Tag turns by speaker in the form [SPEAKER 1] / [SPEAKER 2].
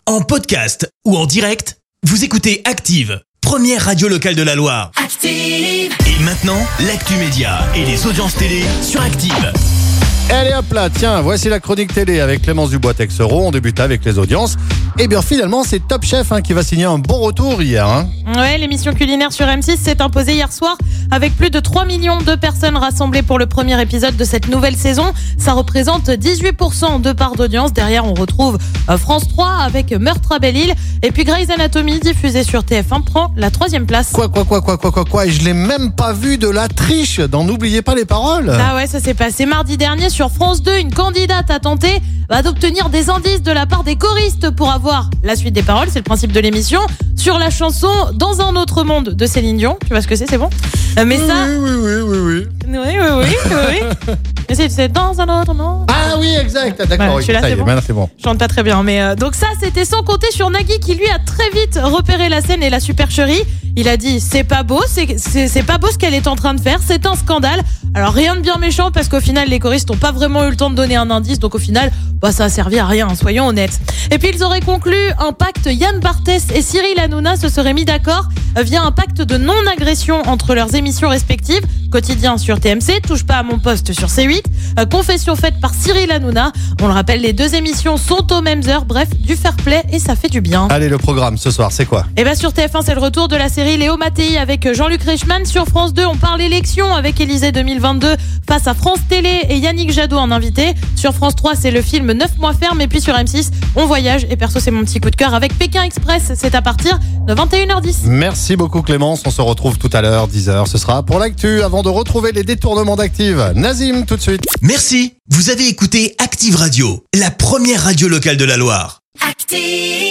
[SPEAKER 1] En podcast ou en direct, vous écoutez Active, première radio locale de la Loire. Active! Et maintenant, l'actu média et les audiences télé sur Active.
[SPEAKER 2] Allez hop là, tiens, voici la chronique télé avec Clémence Dubois-Texero. On débute avec les audiences. Et bien finalement, c'est Top Chef qui va signer un bon retour hier.
[SPEAKER 3] Ouais, l'émission culinaire sur M6 s'est imposée hier soir avec plus de 3 millions de personnes rassemblées pour le premier épisode de cette nouvelle saison. Ça représente 18% de part d'audience. Derrière, on retrouve France 3 avec Meurtre à Belle-Île. Et puis Grey's Anatomy, diffusée sur TF1, prend la 3e place.
[SPEAKER 2] Quoi Et je l'ai même pas vu de la triche dans N'oubliez pas les paroles.
[SPEAKER 3] Ah ouais, ça s'est passé mardi dernier sur France 2. Une candidate a tenté d'obtenir des indices de la part des choristes pour avoir la suite des paroles. C'est le principe de l'émission. Sur la chanson Dans un autre monde de Céline Dion. Tu vois ce que c'est bon? Mais ça...
[SPEAKER 2] Oui.
[SPEAKER 3] Mais c'est Dans un autre monde.
[SPEAKER 2] Ah oui, exact. D'accord,
[SPEAKER 3] ouais,
[SPEAKER 2] ça y est, maintenant c'est bon.
[SPEAKER 3] Je chante pas très bien, mais donc ça, c'était sans compter sur Nagui qui lui a très vite repéré la scène et la supercherie. Il a dit c'est pas beau, c'est pas beau ce qu'elle est en train de faire, c'est un scandale. Alors rien de bien méchant parce qu'au final les choristes n'ont pas vraiment eu le temps de donner un indice, donc au final ça a servi à rien, soyons honnêtes. Et puis ils auraient conclu un pacte. Yann Barthès et Cyril Hanouna se seraient mis d'accord via un pacte de non-agression entre leurs émissions respectives. Quotidien sur TMC, Touche pas à mon poste sur C8, confession faite par Cyril Hanouna. On le rappelle, les deux émissions sont aux mêmes heures, bref, du fair play et ça fait du bien.
[SPEAKER 2] Allez, le programme ce soir, c'est quoi?
[SPEAKER 3] Sur TF1, c'est le retour de la série Léo Mattei avec Jean-Luc Reichmann. Sur France 2, on parle élection avec Élysée 2022 face à France Télé et Yannick Jadot en invité. Sur France 3, c'est le film 9 mois ferme. Et puis sur M6, on voyage. Et perso, c'est mon petit coup de cœur avec Pékin Express. C'est à partir de 21h10.
[SPEAKER 2] Merci beaucoup Clémence, on se retrouve tout à l'heure, 10h. Ce sera pour l'actu avant de retrouver les détournements d'Active. Nazim, tout de suite.
[SPEAKER 1] Merci, vous avez écouté Active Radio, la première radio locale de la Loire. Active!